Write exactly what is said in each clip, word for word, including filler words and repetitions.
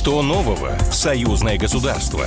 Что нового в союзное государство?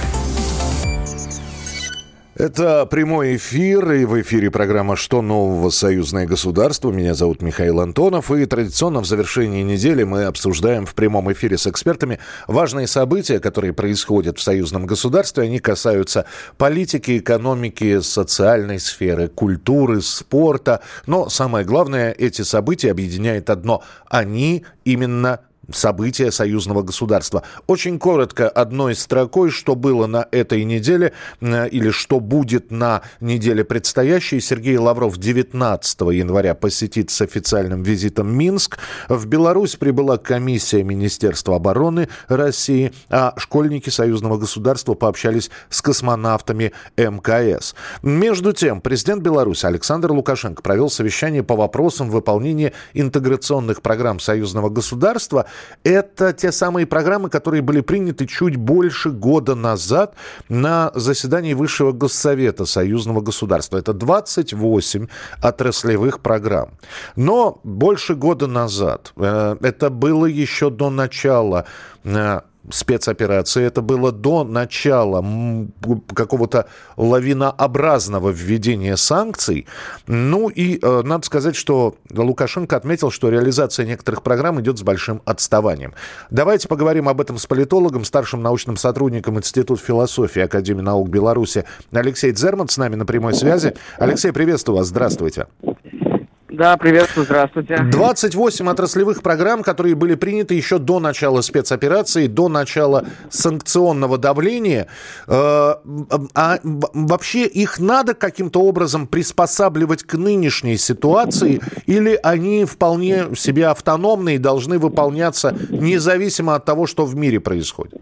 Это прямой эфир, и в эфире программа «Что нового? Союзное государство». Меня зовут Михаил Антонов, и традиционно в завершении недели мы обсуждаем в прямом эфире с экспертами важные события, которые происходят в союзном государстве. Они касаются политики, экономики, социальной сферы, культуры, спорта. Но самое главное, эти события объединяет одно. Они именно события союзного государства. Очень коротко, одной строкой, что было на этой неделе или что будет на неделе предстоящей. Сергей Лавров девятнадцатого января посетит с официальным визитом Минск. В Беларусь прибыла комиссия Министерства обороны России, а школьники союзного государства пообщались с космонавтами эм ка эс. Между тем, президент Беларуси Александр Лукашенко провел совещание по вопросам выполнения интеграционных программ союзного государства. Это те самые программы, которые были приняты чуть больше года назад на заседании Высшего Госсовета союзного государства. Это двадцать восемь отраслевых программ. Но больше года назад, э, это было еще до начала э, спецоперации, это было до начала какого-то лавинообразного введения санкций. Ну и э, надо сказать, что Лукашенко отметил, что реализация некоторых программ идет с большим отставанием. Давайте поговорим об этом с политологом, старшим научным сотрудником Института философии Академии наук Беларуси Алексей Дзерман с нами на прямой связи. Алексей, приветствую вас, здравствуйте. Да, приветствую, здравствуйте. двадцать восемь отраслевых программ, которые были приняты еще до начала спецоперации, до начала санкционного давления. А вообще их надо каким-то образом приспосабливать к нынешней ситуации, или они вполне себе автономны и должны выполняться независимо от того, что в мире происходит?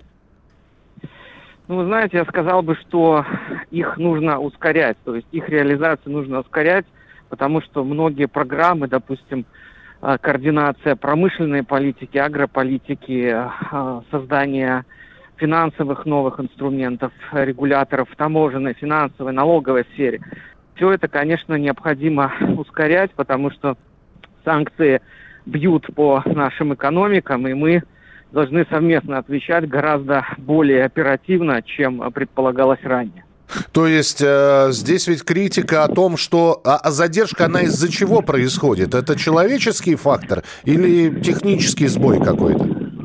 Ну, вы знаете, я сказал бы, что их нужно ускорять, то есть их реализацию нужно ускорять, потому что многие программы, допустим, координация промышленной политики, агрополитики, создание финансовых новых инструментов, регуляторов в таможенной, финансовой, налоговой сфере, все это, конечно, необходимо ускорять, потому что санкции бьют по нашим экономикам, и мы должны совместно отвечать гораздо более оперативно, чем предполагалось ранее. То есть э, здесь ведь критика о том, что а, а задержка, она из-за чего происходит? Это человеческий фактор или технический сбой какой-то?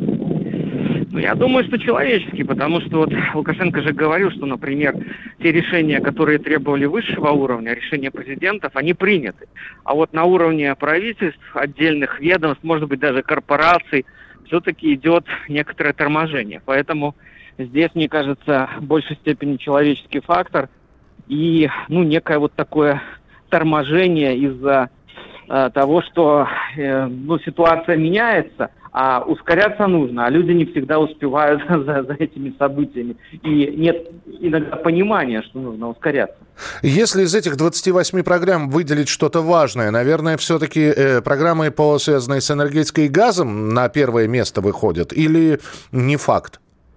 Ну, я думаю, что человеческий, потому что вот Лукашенко же говорил, что, например, те решения, которые требовали высшего уровня, решения президентов, они приняты. А вот на уровне правительств, отдельных ведомств, может быть, даже корпораций, все-таки идет некоторое торможение. Поэтому здесь, мне кажется, в большей степени человеческий фактор и, ну, некое вот такое торможение из-за э, того, что э, ну, ситуация меняется, а ускоряться нужно, а люди не всегда успевают за, за этими событиями. И нет иногда понимания, что нужно ускоряться. Если из этих двадцати восьми программ выделить что-то важное, наверное, все-таки э, программы, по, связанные с энергетикой и газом, на первое место выходят, или не факт?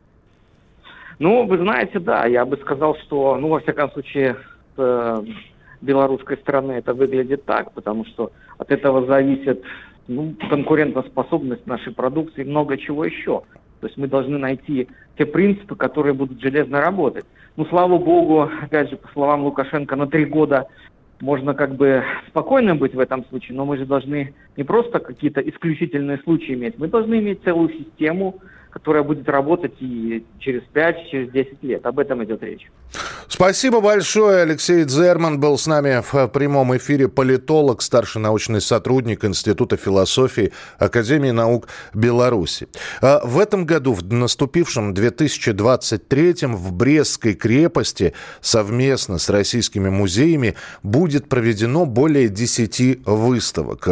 Ну, вы знаете, да, я бы сказал, что, ну, во всяком случае, с э, белорусской стороны это выглядит так, потому что от этого зависит, ну, конкурентоспособность нашей продукции и много чего еще. То есть мы должны найти те принципы, которые будут железно работать. Ну, слава богу, опять же, по словам Лукашенко, на три года можно как бы спокойно быть в этом случае, но мы же должны не просто какие-то исключительные случаи иметь, мы должны иметь целую систему, которая будет работать и через пять, через десять лет. Об этом идет речь. Спасибо большое. Алексей Дзерман был с нами в прямом эфире. Политолог, старший научный сотрудник Института философии Академии наук Беларуси. В этом году, в наступившем две тысячи двадцать третьем, в Брестской крепости совместно с российскими музеями будет проведено более десяти выставок.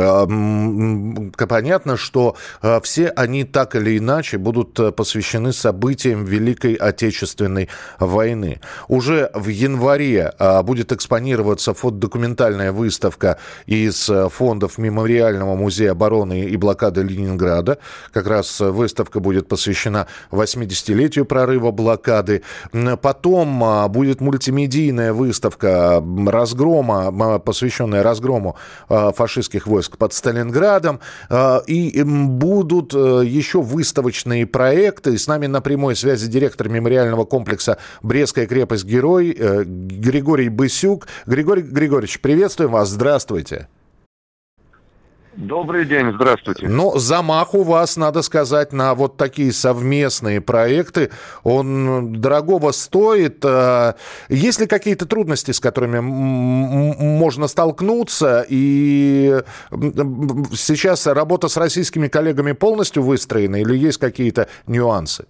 Понятно, что все они так или иначе будут посвящены событиям Великой Отечественной войны. Уже в январе а, будет экспонироваться фотодокументальная выставка из а, фондов Мемориального музея обороны и блокады Ленинграда. Как раз выставка будет посвящена восьмидесятилетию прорыва блокады. Потом а, будет мультимедийная выставка разгрома, а, посвященная разгрому а, фашистских войск под Сталинградом. А, и будут а, еще выставочные проекты проекты. И с нами на прямой связи директор мемориального комплекса «Брестская крепость-Герой» Григорий Бысюк. Григорий Григорьевич, приветствуем вас, здравствуйте. Добрый день, здравствуйте. Но замах у вас, надо сказать, на вот такие совместные проекты, он дорогого стоит. Есть ли какие-то трудности, с которыми можно столкнуться? И сейчас работа с российскими коллегами полностью выстроена или есть какие-то нюансы?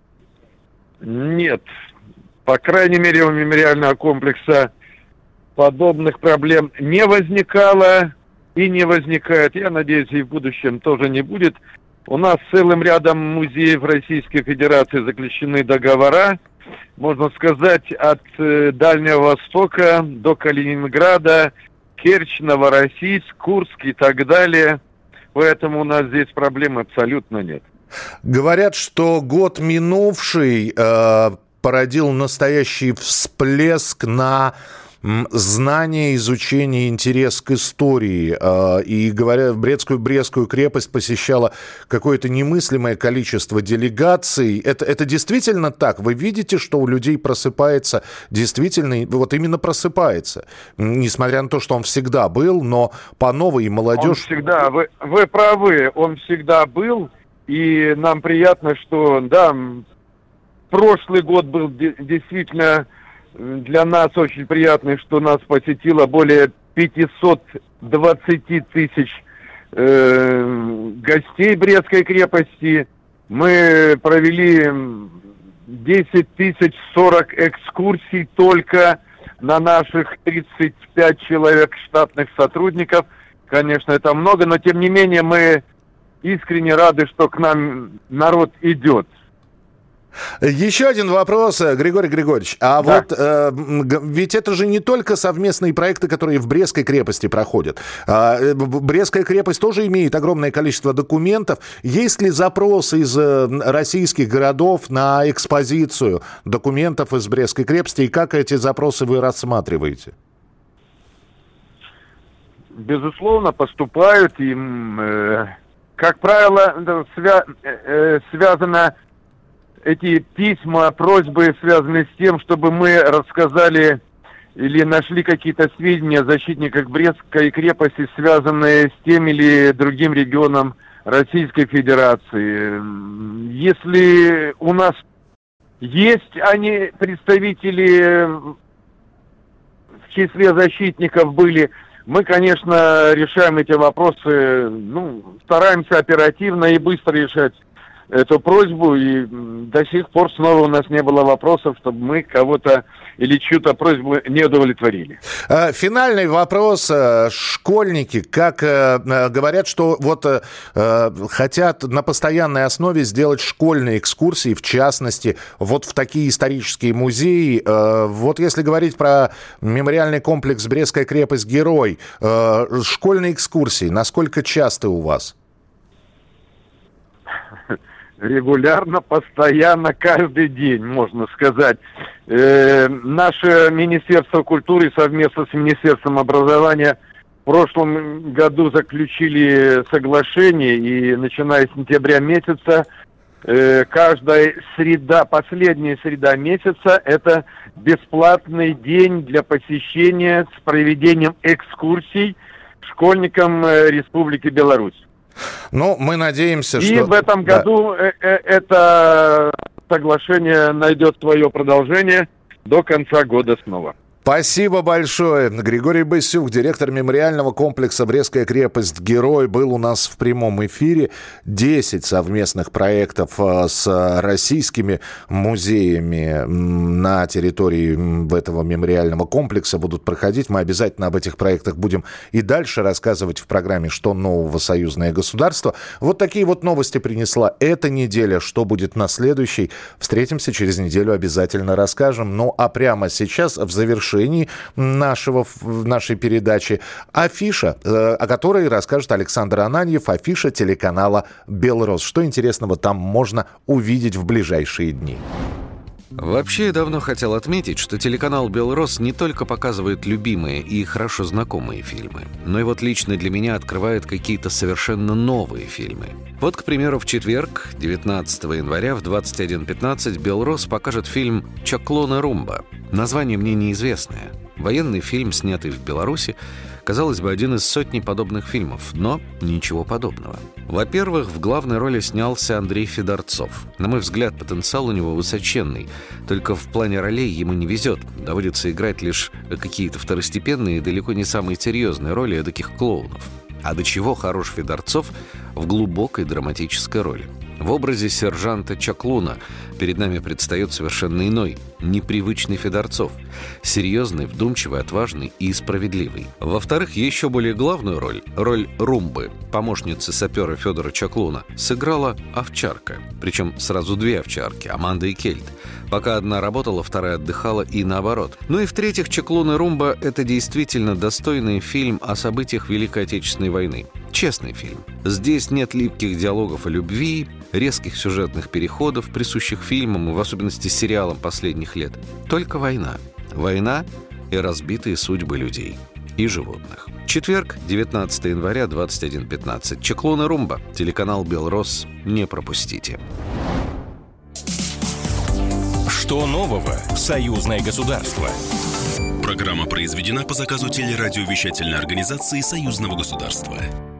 Нет. По крайней мере, у мемориального комплекса подобных проблем не возникало. И не возникает, я надеюсь, и в будущем тоже не будет. У нас с целым рядом музеев Российской Федерации заключены договора, можно сказать, от Дальнего Востока до Калининграда, Керчь, Новороссийск, Курск и так далее. Поэтому у нас здесь проблем абсолютно нет. Говорят, что год минувший э, породил настоящий всплеск на знание, изучение, интерес к истории. И, говоря, Брестскую, Брестскую крепость посещало какое-то немыслимое количество делегаций. Это, это действительно так? Вы видите, что у людей просыпается, действительно, вот именно просыпается? Несмотря на то, что он всегда был, но по новой молодежь... Он всегда, вы, вы правы, он всегда был, и нам приятно, что, да, прошлый год был действительно... Для нас очень приятно, что нас посетило более пятьсот двадцать тысяч э, гостей Брестской крепости. Мы провели десять тысяч сорок экскурсий только на наших тридцать пять человек штатных сотрудников. Конечно, это много, но тем не менее мы искренне рады, что к нам народ идет. Еще один вопрос, Григорий Григорьевич. А да. вот э, ведь это же не только совместные проекты, которые в Брестской крепости проходят. Э, Брестская крепость тоже имеет огромное количество документов. Есть ли запросы из э, российских городов на экспозицию документов из Брестской крепости? И как эти запросы вы рассматриваете? Безусловно, поступают. И, э, как правило, свя- э, связано... Эти письма, просьбы связаны с тем, чтобы мы рассказали или нашли какие-то сведения о защитниках Брестской крепости, связанные с тем или другим регионом Российской Федерации. Если у нас есть они, представители в числе защитников были, мы, конечно, решаем эти вопросы, ну, стараемся оперативно и быстро решать эту просьбу, и до сих пор снова у нас не было вопросов, чтобы мы кого-то или чью-то просьбу не удовлетворили. Финальный вопрос. Школьники, как говорят, что вот хотят на постоянной основе сделать школьные экскурсии, в частности, вот в такие исторические музеи. Вот если говорить про мемориальный комплекс «Брестская крепость-Герой», школьные экскурсии, насколько часто у вас? Регулярно, постоянно, каждый день, можно сказать. Э, наше Министерство культуры совместно с Министерством образования в прошлом году заключили соглашение, и начиная с сентября месяца, э, каждая среда, последняя среда месяца, это бесплатный день для посещения с проведением экскурсий школьникам э, Республики Беларусь. Ну, мы надеемся, и что... И в этом да. году это соглашение найдет свое продолжение до конца года снова. Спасибо большое. Григорий Бысюк, директор мемориального комплекса «Брестская крепость-Герой», был у нас в прямом эфире. Десять совместных проектов с российскими музеями на территории этого мемориального комплекса будут проходить. Мы обязательно об этих проектах будем и дальше рассказывать в программе «Что нового? Союзное государство». Вот такие вот новости принесла эта неделя. Что будет на следующей? Встретимся через неделю, обязательно расскажем. Ну, а прямо сейчас, в завершении нашего, нашей передачи, афиша, о которой расскажет Александр Ананьев, афиша телеканала «Белрос». Что интересного там можно увидеть в ближайшие дни? Вообще, я давно хотел отметить, что телеканал «Белрос» не только показывает любимые и хорошо знакомые фильмы, но и вот лично для меня открывает какие-то совершенно новые фильмы. Вот, к примеру, в четверг, девятнадцатого января в двадцать один пятнадцать «Белрос» покажет фильм «Чаклун и Румба». Название мне неизвестное. Военный фильм, снятый в Беларуси, казалось бы, один из сотни подобных фильмов, но ничего подобного. Во-первых, в главной роли снялся Андрей Федорцов. На мой взгляд, потенциал у него высоченный, только в плане ролей ему не везет. Доводится играть лишь какие-то второстепенные и далеко не самые серьезные роли эдаких клоунов. А до чего хорош Федорцов в глубокой драматической роли. В образе сержанта Чаклуна перед нами предстает совершенно иной, непривычный Федорцов. Серьезный, вдумчивый, отважный и справедливый. Во-вторых, еще более главную роль, роль Румбы, помощницы сапера Федора Чаклуна, сыграла овчарка. Причем сразу две овчарки, Аманда и Кельт. Пока одна работала, вторая отдыхала и наоборот. Ну и в-третьих, «Чаклун и Румба» — это действительно достойный фильм о событиях Великой Отечественной войны. Честный фильм. Здесь нет липких диалогов о любви, резких сюжетных переходов, присущих фильмам и в особенности сериалам последних лет. Только война. Война и разбитые судьбы людей и животных. Четверг, девятнадцатого января, двадцать один пятнадцать. «Чаклун и Румба». Телеканал «Белрос». Не пропустите. Что нового в «Союзное государство»? Программа произведена по заказу телерадиовещательной организации Союзного государства.